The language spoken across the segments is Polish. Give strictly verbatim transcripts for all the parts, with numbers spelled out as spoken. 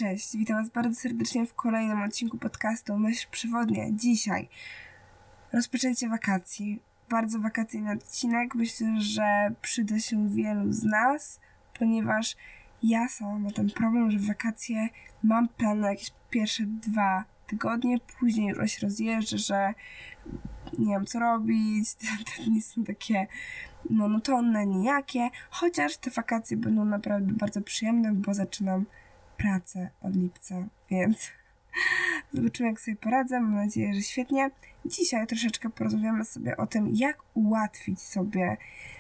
Cześć, witam Was bardzo serdecznie w kolejnym odcinku podcastu Myśl Przewodnia. Dzisiaj rozpoczęcie wakacji. Bardzo wakacyjny odcinek. Myślę, że przyda się wielu z nas, ponieważ ja sama mam ten problem, że w wakacje mam plan na jakieś pierwsze dwa tygodnie, później już się rozjeżdżę, że nie wiem co robić, te, te dni są takie monotonne, nijakie, chociaż te wakacje będą naprawdę bardzo przyjemne, bo zaczynam pracę od lipca, więc zobaczymy, jak sobie poradzę. Mam nadzieję, że świetnie. Dzisiaj troszeczkę porozmawiamy sobie o tym, jak ułatwić sobie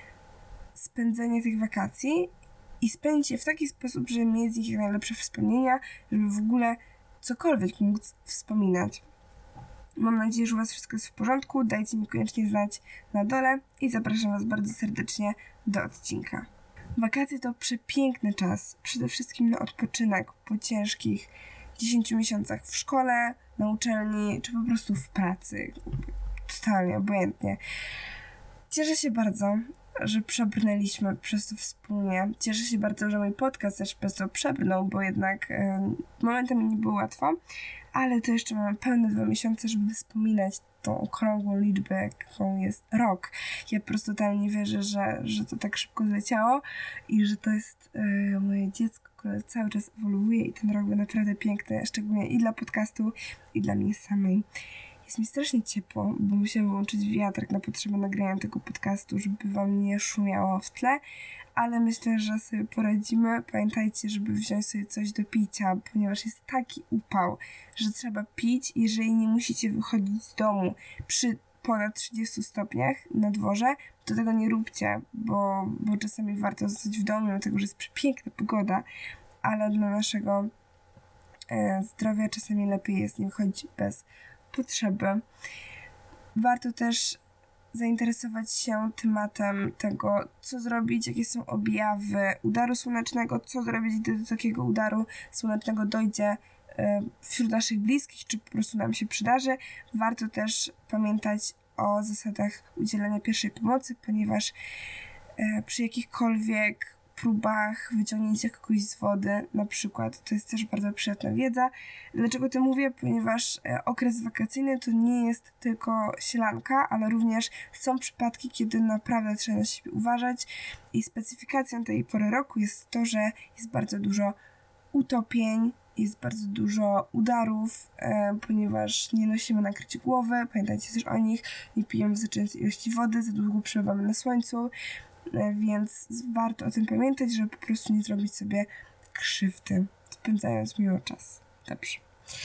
spędzenie tych wakacji i spędzić je w taki sposób, żeby mieć z nich jak najlepsze wspomnienia, żeby w ogóle cokolwiek móc wspominać. Mam nadzieję, że u Was wszystko jest w porządku. Dajcie mi koniecznie znać na dole i zapraszam Was bardzo serdecznie do odcinka. Wakacje to przepiękny czas, przede wszystkim na odpoczynek po ciężkich dziesięciu miesiącach w szkole, na uczelni, czy po prostu w pracy. Totalnie, obojętnie. Cieszę się bardzo, że przebrnęliśmy przez to wspólnie. Cieszę się bardzo, że mój podcast też przez to przebrnął, bo jednak e, momentami nie było łatwo, ale to jeszcze mamy pełne dwa miesiące, żeby wspominać tą okrągłą liczbę, jaką jest rok. Ja po prostu totalnie nie wierzę, że, że to tak szybko zleciało i że to jest e, moje dziecko, które cały czas ewoluuje i ten rok był naprawdę piękny, szczególnie i dla podcastu, i dla mnie samej. Jest mi strasznie ciepło, bo musiałam wyłączyć wiatrak na potrzeby nagrania tego podcastu, żeby Wam nie szumiało w tle, ale myślę, że sobie poradzimy. Pamiętajcie, żeby wziąć sobie coś do picia, ponieważ jest taki upał, że trzeba pić. Jeżeli nie musicie wychodzić z domu przy ponad trzydziestu stopniach na dworze, to tego nie róbcie, bo, bo czasami warto zostać w domu, dlatego że jest przepiękna pogoda, ale dla naszego e, zdrowia czasami lepiej jest nie wychodzić bez potrzeby. Warto też zainteresować się tematem tego, co zrobić, jakie są objawy udaru słonecznego, co zrobić, gdy do takiego udaru słonecznego dojdzie wśród naszych bliskich, czy po prostu nam się przydarzy. Warto też pamiętać o zasadach udzielania pierwszej pomocy, ponieważ przy jakichkolwiek próbach wyciągnięcia kogoś z wody, na przykład, to jest też bardzo przydatna wiedza. Dlaczego to mówię? Ponieważ okres wakacyjny to nie jest tylko sielanka, ale również są przypadki, kiedy naprawdę trzeba na siebie uważać i specyfikacją tej pory roku jest to, że jest bardzo dużo utopień, jest bardzo dużo udarów, e, ponieważ nie nosimy nakrycia głowy, pamiętajcie też o nich, nie pijemy wystarczającej ilości wody, za długo przebywamy na słońcu, więc warto o tym pamiętać, żeby po prostu nie zrobić sobie krzywdy, spędzając miło czas. Dobrze.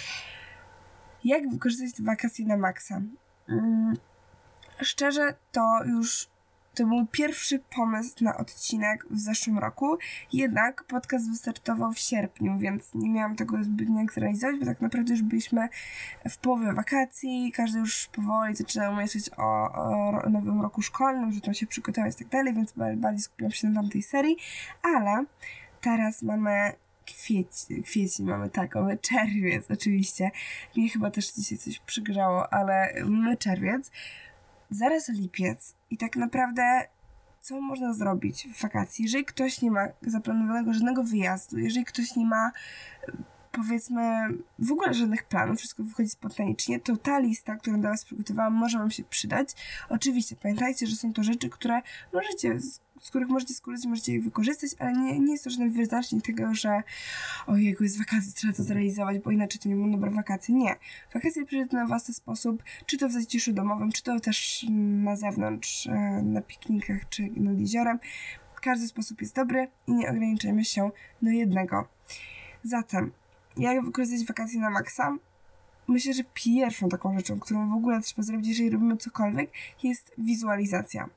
Jak wykorzystać te wakacje na maksa? Hmm, szczerze, to już to był pierwszy pomysł na odcinek w zeszłym roku, jednak podcast wystartował w sierpniu, więc nie miałam tego zbytnio jak zrealizować, bo tak naprawdę już byliśmy w połowie wakacji, każdy już powoli zaczynał myśleć o, o nowym roku szkolnym, że tam się przygotować i tak dalej, więc bardziej skupiłam się na tamtej serii, ale teraz mamy kwiecień, kwiecień mamy tak, mamy czerwiec oczywiście, mnie chyba też dzisiaj coś przygrzało, ale mamy czerwiec, zaraz lipiec i tak naprawdę co można zrobić w wakacji? Jeżeli ktoś nie ma zaplanowanego żadnego wyjazdu, jeżeli ktoś nie ma powiedzmy w ogóle żadnych planów, wszystko wychodzi spontanicznie, to ta lista, którą dla Was przygotowałam, może Wam się przydać. Oczywiście pamiętajcie, że są to rzeczy, które możecie, z, z których możecie skorzystać, możecie ich wykorzystać, ale nie, nie jest to żaden wyznacznik tego, że ojejku, jest wakacji, trzeba to zrealizować, bo inaczej to nie będą dobre wakacje. Nie. Wakacje przyjdą na własny sposób, czy to w zaciszu domowym, czy to też na zewnątrz, na piknikach, czy nad jeziorem. Każdy sposób jest dobry i nie ograniczajmy się do jednego. Zatem jak wykorzystać wakacje na maksa? Myślę, że pierwszą taką rzeczą, którą w ogóle trzeba zrobić, jeżeli robimy cokolwiek, jest wizualizacja.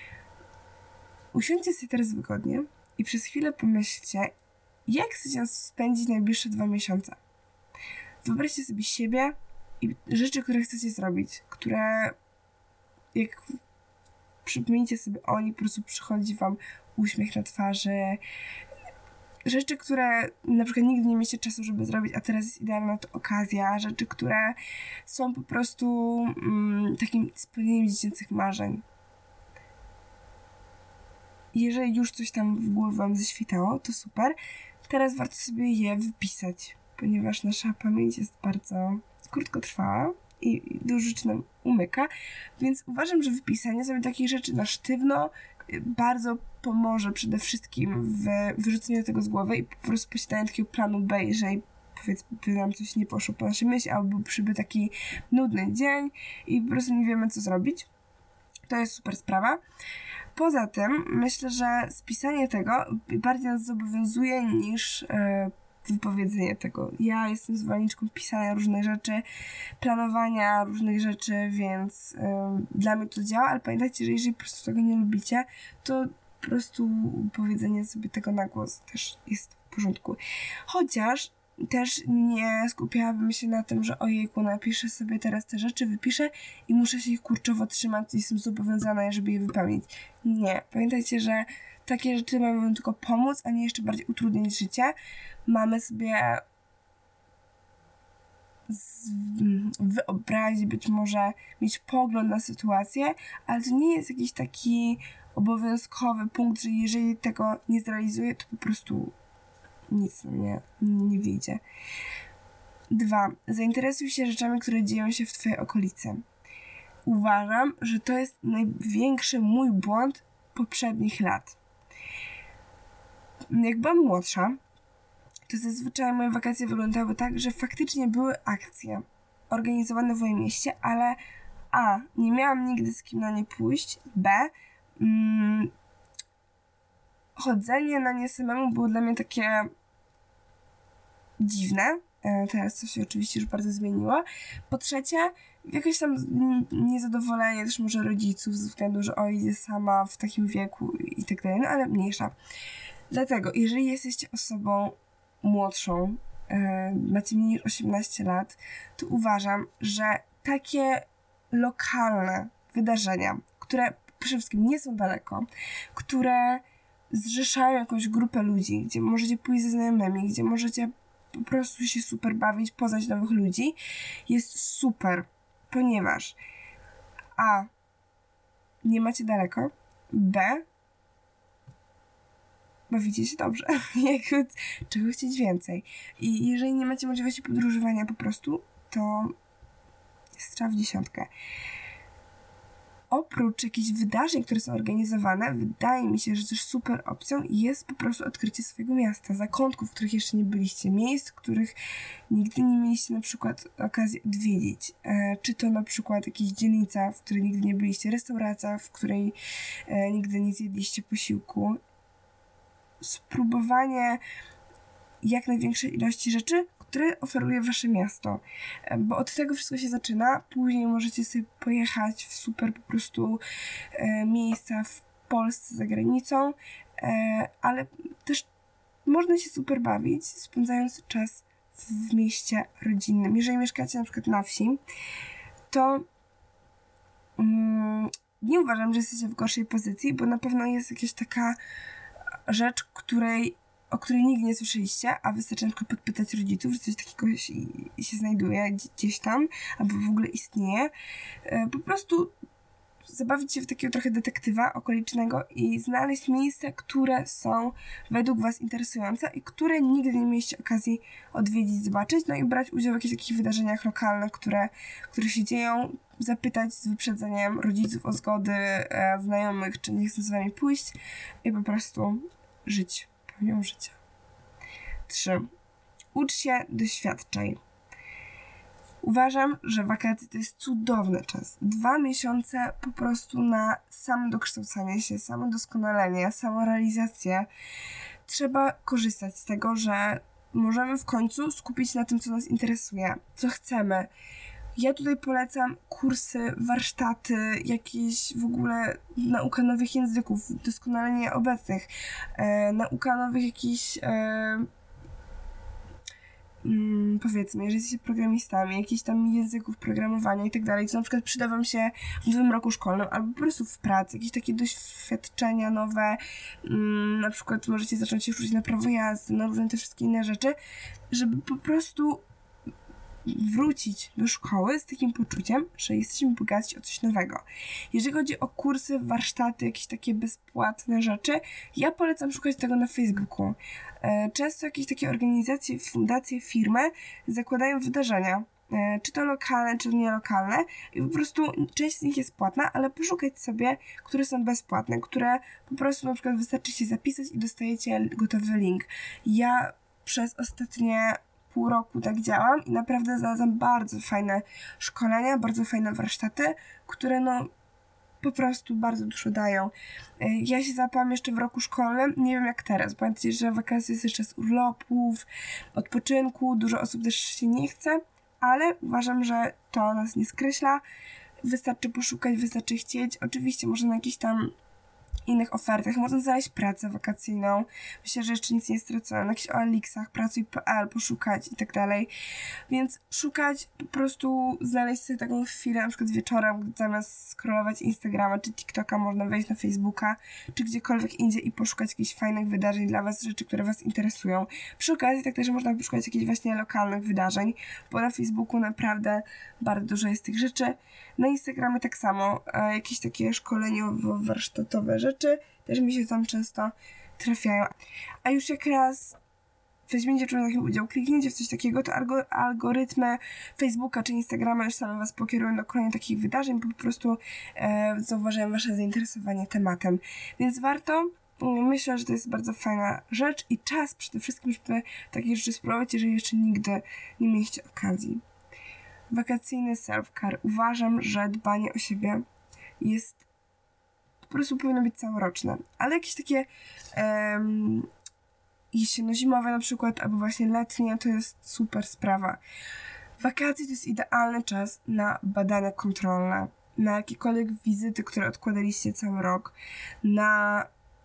Usiądźcie sobie teraz wygodnie i przez chwilę pomyślcie, jak chcecie spędzić najbliższe dwa miesiące. Wyobraźcie sobie siebie i rzeczy, które chcecie zrobić, które jak przypomnicie sobie o nich, po prostu przychodzi Wam uśmiech na twarzy, rzeczy, które na przykład nigdy nie mieliście czasu, żeby zrobić, a teraz jest idealna to okazja, rzeczy, które są po prostu mm, takim spełnieniem dziecięcych marzeń. Jeżeli już coś tam w głowie Wam zaświtało, to super. Teraz warto sobie je wypisać. ponieważ nasza pamięć jest bardzo krótkotrwała i dużo rzeczy nam umyka, więc uważam, że wypisanie sobie takich rzeczy na sztywno bardzo pomoże przede wszystkim w wyrzuceniu tego z głowy i po prostu posiadaniu takiego planu B, jeżeli powiedzmy nam coś nie poszło po naszej myśli, albo przybył taki nudny dzień i po prostu nie wiemy, co zrobić. To jest super sprawa. Poza tym myślę, że spisanie tego bardziej nas zobowiązuje niż yy, wypowiedzenie tego. Ja jestem zwolenniczką pisania różnych rzeczy, planowania różnych rzeczy, więc yy, dla mnie to działa, ale pamiętajcie, że jeżeli po prostu tego nie lubicie, to po prostu powiedzenie sobie tego na głos też jest w porządku. Chociaż też nie skupiałabym się na tym, że ojejku, napiszę sobie teraz te rzeczy, wypiszę i muszę się ich kurczowo trzymać i jestem zobowiązana, żeby je wypełnić. Nie. Pamiętajcie, że takie rzeczy mają wam tylko pomóc, a nie jeszcze bardziej utrudnić życie. Mamy sobie z... wyobrazić, być może mieć pogląd na sytuację, ale to nie jest jakiś taki obowiązkowy punkt, że jeżeli tego nie zrealizuję, to po prostu nic nie, nie wyjdzie. Dwa. Zainteresuj się rzeczami, które dzieją się w twojej okolicy. Uważam, że to jest największy mój błąd poprzednich lat. Jak byłam młodsza, to zazwyczaj moje wakacje wyglądały tak, że faktycznie były akcje organizowane w moim mieście, ale a. nie miałam nigdy z kim na nie pójść, b. Mm, chodzenie na nie samemu było dla mnie takie dziwne. Teraz to się oczywiście już bardzo zmieniło. Po trzecie, jakieś tam niezadowolenie też może rodziców ze względu, że o, idzie sama w takim wieku i tak dalej, no ale mniejsza. Dlatego, jeżeli jesteście osobą młodszą, macie mniej niż osiemnaście lat, to uważam, że takie lokalne wydarzenia, które przede wszystkim nie są daleko, które zrzeszają jakąś grupę ludzi, gdzie możecie pójść ze znajomymi, gdzie możecie po prostu się super bawić, poznać nowych ludzi, jest super, ponieważ a. nie macie daleko, b. bawicie się dobrze, jakby czego chcieć więcej. I jeżeli nie macie możliwości podróżowania po prostu, to strzał w dziesiątkę. Oprócz jakichś wydarzeń, które są organizowane, wydaje mi się, że też super opcją jest po prostu odkrycie swojego miasta, zakątków, w których jeszcze nie byliście, miejsc, których nigdy nie mieliście na przykład okazji odwiedzić. E, czy to na przykład jakaś dzielnica, w której nigdy nie byliście, restauracja, w której e, nigdy nie zjedliście posiłku. Spróbowanie jak największej ilości rzeczy, które oferuje wasze miasto. Bo od tego wszystko się zaczyna. Później możecie sobie pojechać w super po prostu e, miejsca w Polsce, za granicą, e, ale też można się super bawić, spędzając czas w mieście rodzinnym. Jeżeli mieszkacie na przykład na wsi, to mm, nie uważam, że jesteście w gorszej pozycji, bo na pewno jest jakaś taka rzecz, której o której nigdy nie słyszeliście, a wystarczy na przykład podpytać rodziców, że coś takiego się, się znajduje gdzieś tam, albo w ogóle istnieje. Po prostu zabawić się w takiego trochę detektywa okolicznego i znaleźć miejsca, które są według was interesujące i które nigdy nie mieliście okazji odwiedzić, zobaczyć, no i brać udział w jakichś takich wydarzeniach lokalnych, które, które się dzieją, zapytać z wyprzedzeniem rodziców o zgody, e, znajomych, czy nie chcą z wami pójść i po prostu żyć. Życia. trzy. Ucz się, doświadczaj. Uważam, że wakacje to jest cudowny czas. Dwa miesiące po prostu na samodokształcanie się, samodoskonalenie, samorealizację. Trzeba korzystać z tego, że możemy w końcu skupić się na tym, co nas interesuje, co chcemy. Ja tutaj polecam kursy, warsztaty, jakieś w ogóle nauka nowych języków, doskonalenie obecnych, e, nauka nowych jakichś, e, mm, powiedzmy, jeżeli jesteście programistami, jakichś tam języków programowania i tak dalej, co na przykład przyda wam się w nowym roku szkolnym, albo po prostu w pracy, jakieś takie doświadczenia nowe, mm, na przykład możecie zacząć się uczyć na prawo jazdy, na różne te wszystkie inne rzeczy, żeby po prostu wrócić do szkoły z takim poczuciem, że jesteśmy bogaci o coś nowego. Jeżeli chodzi o kursy, warsztaty, jakieś takie bezpłatne rzeczy, ja polecam szukać tego na Facebooku. Często jakieś takie organizacje, fundacje, firmy zakładają wydarzenia, czy to lokalne, czy to nielokalne i po prostu część z nich jest płatna, ale poszukać sobie, które są bezpłatne, które po prostu na przykład wystarczy się zapisać i dostajecie gotowy link. Ja przez ostatnie pół roku tak działam i naprawdę znalazłam bardzo fajne szkolenia, bardzo fajne warsztaty, które no po prostu bardzo dużo dają. Ja się załapałam jeszcze w roku szkolnym, nie wiem jak teraz. Pamiętajcie, że wakacje jest jeszcze z urlopów, odpoczynku, dużo osób też się nie chce, ale uważam, że to nas nie skreśla. Wystarczy poszukać, wystarczy chcieć. Oczywiście może na jakichś tam innych ofertach można znaleźć pracę wakacyjną. Myślę, że jeszcze nic nie stracono. Na jakichś O L X-ach, pracuj kropka p l, poszukać i tak dalej. Więc szukać, po prostu znaleźć sobie taką chwilę, na przykład wieczorem, zamiast scrollować Instagrama czy TikToka, można wejść na Facebooka, czy gdziekolwiek indziej i poszukać jakichś fajnych wydarzeń dla was, rzeczy, które was interesują. Przy okazji tak też można poszukać jakichś właśnie lokalnych wydarzeń, bo na Facebooku naprawdę bardzo dużo jest tych rzeczy. Na Instagramie tak samo, jakieś takie szkoleniowo-warsztatowe rzeczy też mi się tam często trafiają. A już jak raz weźmiecie w takim udział, klikniecie w coś takiego, to algorytmy Facebooka czy Instagrama już same was pokierują do kolejnych takich wydarzeń, bo po prostu e, zauważają wasze zainteresowanie tematem. Więc warto, myślę, że to jest bardzo fajna rzecz i czas przede wszystkim, żeby takie rzeczy spróbować, jeżeli jeszcze nigdy nie mieliście okazji. Wakacyjny self-care. Uważam, że dbanie o siebie jest po prostu powinno być całoroczne. Ale jakieś takie um, jesienno-zimowe na przykład, albo właśnie letnie, to jest super sprawa. Wakacje to jest idealny czas na badania kontrolne, na jakiekolwiek wizyty, które odkładaliście cały rok, na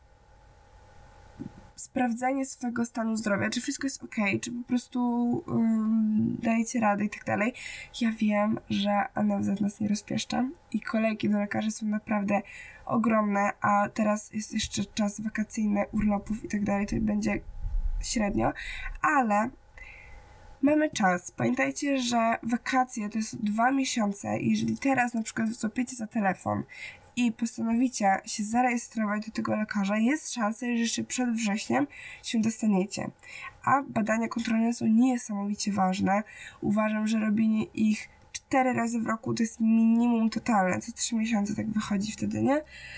sprawdzenie swojego stanu zdrowia, czy wszystko jest ok, czy po prostu um, dajecie radę i tak dalej. Ja wiem, że N F Z nas nie rozpieszcza i kolejki do lekarzy są naprawdę ogromne, a teraz jest jeszcze czas wakacyjny, urlopów i tak dalej, to będzie średnio, ale mamy czas. Pamiętajcie, że wakacje to jest dwa miesiące i jeżeli teraz na przykład złapiecie za telefon i postanowicie się zarejestrować do tego lekarza, jest szansa, że jeszcze przed wrześniem się dostaniecie. A badania kontrolne są niesamowicie ważne. Uważam, że robienie ich cztery razy w roku to jest minimum totalne. Co trzy miesiące tak wychodzi wtedy, nie?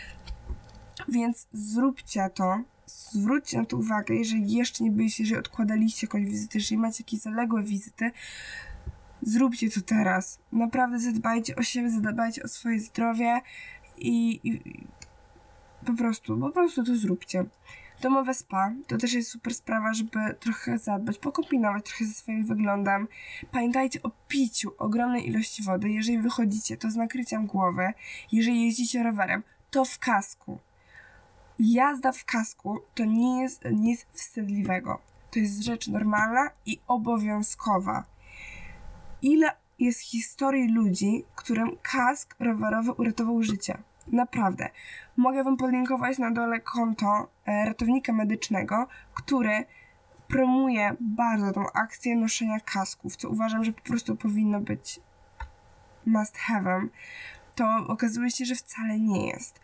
Więc zróbcie to. Zwróćcie na to uwagę, jeżeli jeszcze nie byliście, jeżeli odkładaliście jakąś wizytę, jeżeli macie jakieś zaległe wizyty, zróbcie to teraz. Naprawdę zadbajcie o siebie, zadbajcie o swoje zdrowie i, i po prostu, po prostu to zróbcie. Domowe spa to też jest super sprawa, żeby trochę zadbać, pokombinować trochę ze swoim wyglądem. Pamiętajcie o piciu ogromnej ilości wody. Jeżeli wychodzicie, to z nakryciem głowy. Jeżeli jeździcie rowerem, to w kasku. Jazda w kasku to nie jest nic wstydliwego. To jest rzecz normalna i obowiązkowa. Ile jest historii ludzi, którym kask rowerowy uratował życie? Naprawdę. Mogę wam podlinkować na dole konto e, ratownika medycznego, który promuje bardzo tą akcję noszenia kasków, co uważam, że po prostu powinno być must have'em. To okazuje się, że wcale nie jest.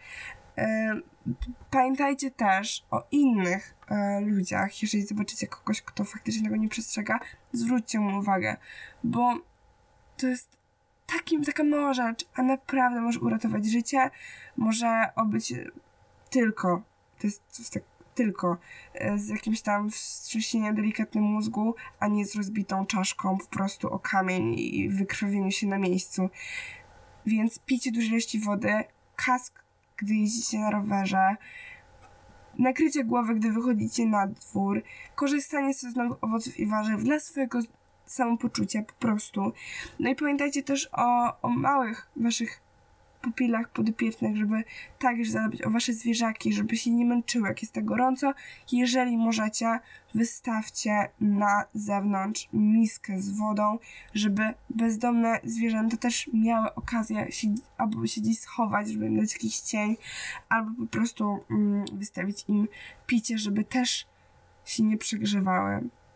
Pamiętajcie też o innych e, ludziach. Jeżeli zobaczycie kogoś, kto faktycznie tego nie przestrzega, zwróćcie mu uwagę, bo to jest takim, taka mała rzecz, a naprawdę może uratować życie, może obyć tylko, to jest, to jest tak, tylko e, z jakimś tam wstrząsieniem delikatnym mózgu, a nie z rozbitą czaszką po prostu o kamień i wykrwawieniu się na miejscu. Więc pijcie dużej ilości wody, kask gdy jeździcie na rowerze, nakrycie głowy, gdy wychodzicie na dwór, korzystanie z sezonowych owoców i warzyw dla swojego samopoczucia po prostu. No i pamiętajcie też o, o małych waszych pupilach podopiecznych, żeby także zadbać o wasze zwierzaki, żeby się nie męczyły, jak jest tak gorąco. Jeżeli możecie, wystawcie na zewnątrz miskę z wodą, żeby bezdomne zwierzęta też miały okazję się, albo się gdzieś schować, żeby im dać jakiś cień, albo po prostu mm, wystawić im picie, żeby też się nie przegrzewały.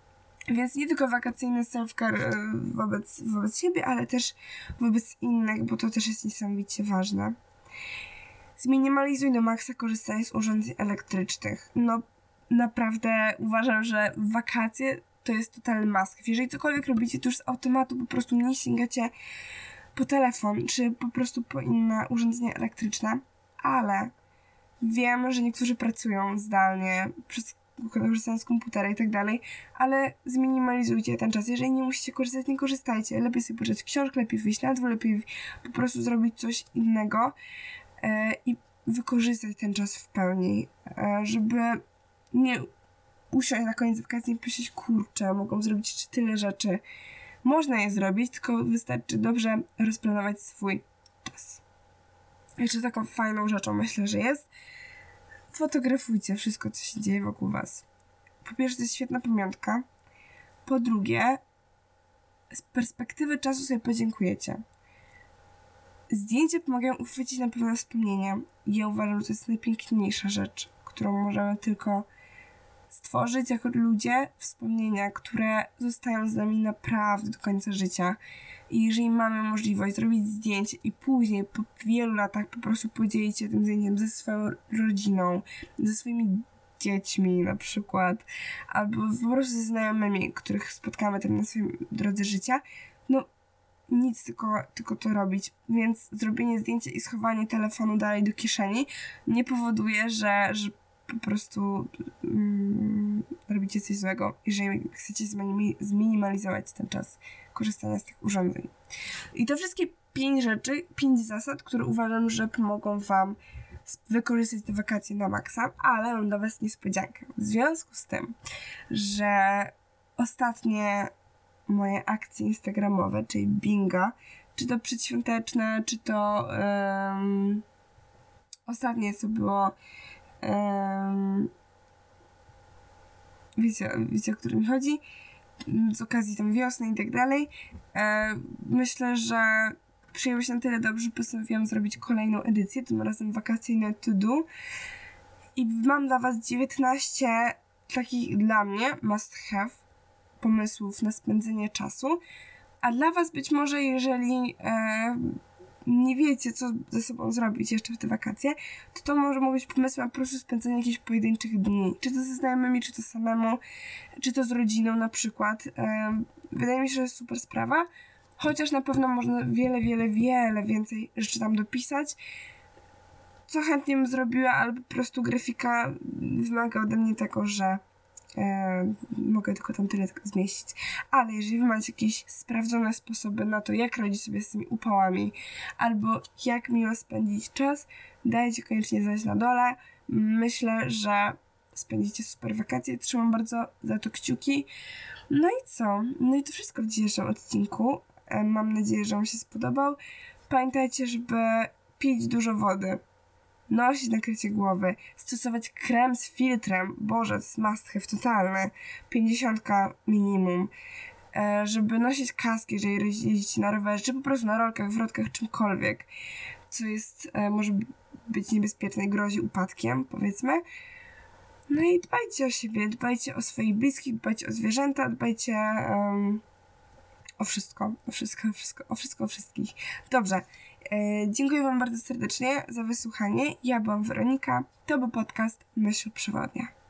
Więc nie tylko wakacyjny self-care wobec, wobec siebie, ale też wobec innych, bo to też jest niesamowicie ważne. Zminimalizuj do maksa korzystanie z urządzeń elektrycznych. No naprawdę uważam, że wakacje to jest totalny must. Jeżeli cokolwiek robicie, to już z automatu po prostu nie sięgacie po telefon, czy po prostu po inne urządzenia elektryczne, ale wiem, że niektórzy pracują zdalnie, przez korzystając z komputera i tak dalej, ale zminimalizujcie ten czas. Jeżeli nie musicie korzystać, nie korzystajcie. Lepiej sobie poczytać książkę, lepiej wyjść na dwór, lepiej po prostu zrobić coś innego e, i wykorzystać ten czas w pełni, e, żeby nie usiąść na koniec wakacji i pomyśleć, kurczę, mogą zrobić jeszcze tyle rzeczy. Można je zrobić, tylko wystarczy dobrze rozplanować swój czas. Jeszcze taką fajną rzeczą myślę, że jest fotografujcie wszystko, co się dzieje wokół was. Po pierwsze, to jest świetna pamiątka. Po drugie, z perspektywy czasu sobie podziękujecie. Zdjęcia pomagają uchwycić na pewne wspomnienia. Ja uważam, że to jest najpiękniejsza rzecz, którą możemy tylko stworzyć jako ludzie, wspomnienia, które zostają z nami naprawdę do końca życia. I jeżeli mamy możliwość zrobić zdjęcie i później po wielu latach po prostu podzielić się tym zdjęciem ze swoją rodziną, ze swoimi dziećmi na przykład, albo po prostu ze znajomymi, których spotkamy tam na swojej drodze życia, no nic tylko, tylko to robić. Więc zrobienie zdjęcia i schowanie telefonu dalej do kieszeni nie powoduje, że, że po prostu mm, robicie coś złego, jeżeli chcecie zminimalizować ten czas korzystania z tych urządzeń. I to wszystkie pięć rzeczy, pięć zasad, które uważam, że pomogą wam wykorzystać te wakacje na maksa, ale mam dla was niespodziankę. W związku z tym, że ostatnie moje akcje instagramowe, czyli binga, czy to przedświąteczne, czy to um, ostatnie, co było Um, wiecie, wiecie, o którym mi chodzi, z okazji tam wiosny i tak dalej. E, myślę, że przyjęło się na tyle dobrze, że postanowiłam zrobić kolejną edycję, tym razem wakacyjne to do. I mam dla was dziewiętnaście takich dla mnie must have pomysłów na spędzenie czasu, a dla was być może, jeżeli e, nie wiecie, co ze sobą zrobić jeszcze w te wakacje, to to może mówić pomysł na po prostu spędzenie jakichś pojedynczych dni. Czy to ze znajomymi, czy to samemu, czy to z rodziną na przykład. Wydaje mi się, że jest super sprawa, chociaż na pewno można wiele, wiele, wiele więcej rzeczy tam dopisać, co chętnie bym zrobiła, ale po prostu grafika wymaga ode mnie tego, że E, mogę tylko tam tyle tylko zmieścić. Ale jeżeli wy macie jakieś sprawdzone sposoby na to, jak radzić sobie z tymi upałami, albo jak miło spędzić czas, dajcie koniecznie znać na dole. Myślę, że spędzicie super wakacje. Trzymam bardzo za to kciuki. No i co? No i to wszystko w dzisiejszym odcinku. E, mam nadzieję, że wam się spodobał. Pamiętajcie, żeby pić dużo wody, nosić nakrycie głowy, stosować krem z filtrem, boże, to jest must have totalny, pięćdziesiątka minimum, e, żeby nosić kaski, jeżeli jeździcie na rowerze, czy po prostu na rolkach, wrotkach, czymkolwiek, co jest, e, może być niebezpieczne i grozi upadkiem, powiedzmy. No i dbajcie o siebie, dbajcie o swoich bliskich, dbajcie o zwierzęta, dbajcie um, o wszystko, o wszystko, o wszystko, o wszystko, o wszystkich. Dobrze. E, dziękuję wam bardzo serdecznie za wysłuchanie. Ja byłam Weronika. To był podcast Myśl Przewodnia.